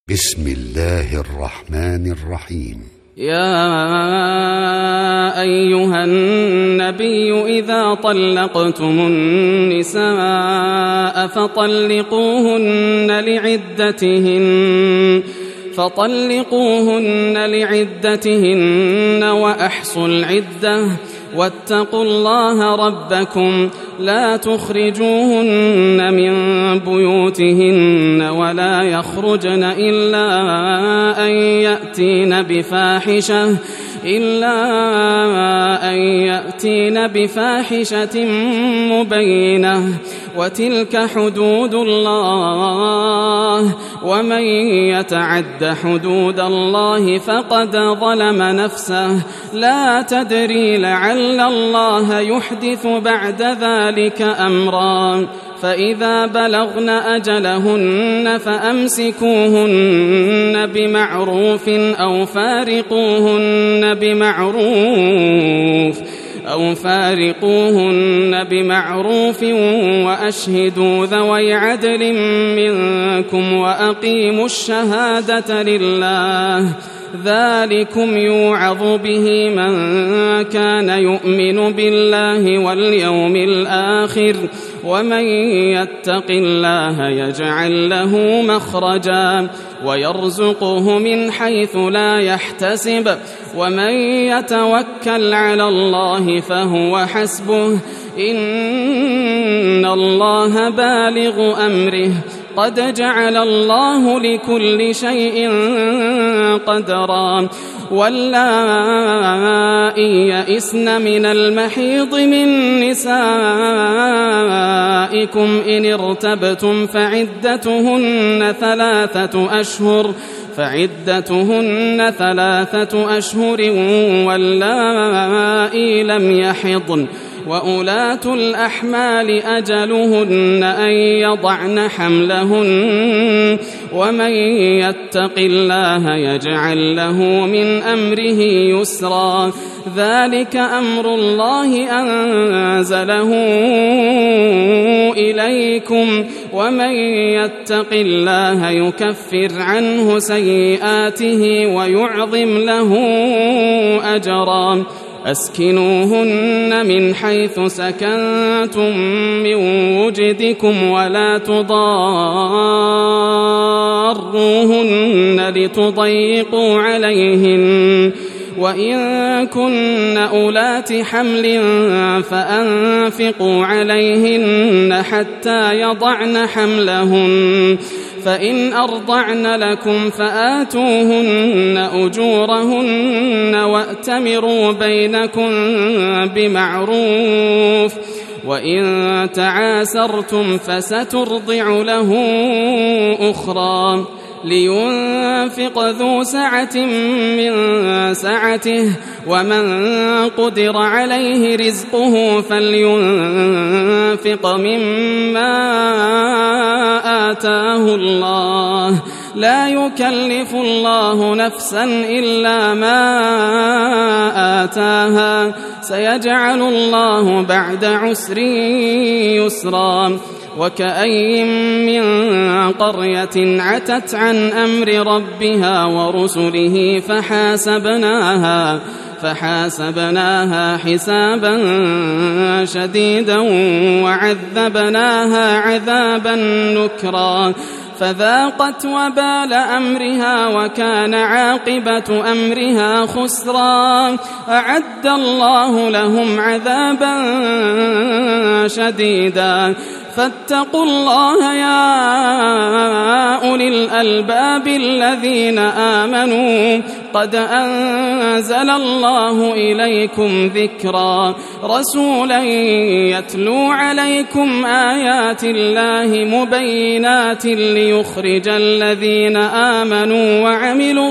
بسم الله الرحمن الرحيم. يا أيها النبي إذا طلقتم النساء فطلقوهن لعدتهن وأحصوا العدة واتقوا الله ربكم لا تخرجوهن من بيوتهن ولا يخرجن إلا أن يأتين بفاحشة مبينة وتلك حدود الله ومن يتعد حدود الله فقد ظلم نفسه لا تدري لعل الله يحدث بعد ذلك أمرا فإذا بلغن أجلهن فأمسكوهن بمعروف أو فارقوهن بمعروف وأشهدوا ذوي عدل منكم وأقيموا الشهادة لله ذلكم يوعظ به من كان يؤمن بالله واليوم الآخر ومن يتق الله يجعل له مخرجا ويرزقه من حيث لا يحتسب ومن يتوكل على الله فهو حسبه إن الله بالغ أمره قد جعل الله لكل شيء قدرا واللائي يئسن من المحيض من نسائكم إن ارتبتم فعدتهن 3 أشهر واللائي لم يحضن وأولاة الأحمال أجلهن أن يضعن حملهن ومن يتق الله يجعل له من أمره يسرا ذلك أمر الله أنزله إليكم ومن يتق الله يكفر عنه سيئاته ويعظم له أجرا أسكنوهن من حيث سكنتم من وجدكم ولا تضاروهن لتضيقوا عليهن وإن كن أولات حمل فأنفقوا عليهن حتى يضعن حملهن فإن أرضعن لكم فآتوهن أجورهن وأتمروا بينكم بمعروف وإن تعاسرتم فسترضع له أخرى لينفق ذو سعة من سعته ومن قدر عليه رزقه فلينفق مما آتاه الله لا يكلف الله نفسا إلا ما آتاها سيجعل الله بعد عسر يسرا وكأي من قرية عتت عن أمر ربها ورسله فحاسبناها حسابا شديدا وعذبناها عذابا نكرا فذاقت وبال أمرها وكان عاقبة أمرها خسرا أعد الله لهم عذابا شديدا فاتقوا الله يا أولي الألباب الذين آمنوا قد أنزل الله إليكم ذكرا رسولا يتلو عليكم آيات الله مبينات ليخرج الذين آمنوا وعملوا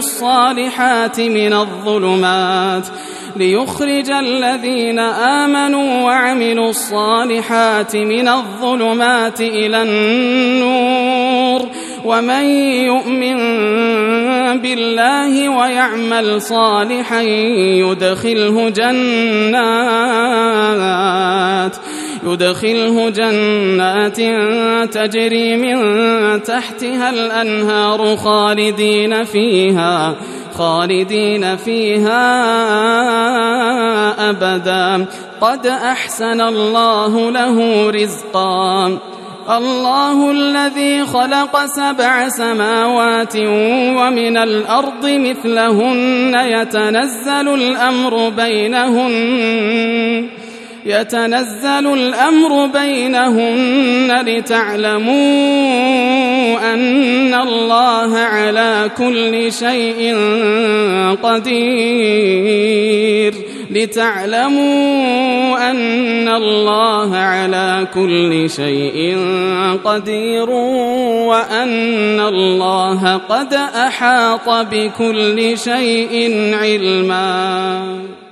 الصالحات من الظلمات إلى النور ومن يؤمن بالله ويعمل صالحا يدخله جنات تجري من تحتها الأنهار خالدين فيها أبدا قد أحسن الله له رزقا الله الذي خلق 7 سماوات ومن الأرض مثلهن يتنزل الأمر بينهن لتعلموا أن الله على كل شيء قدير وأن الله قد أحاط بكل شيء علما.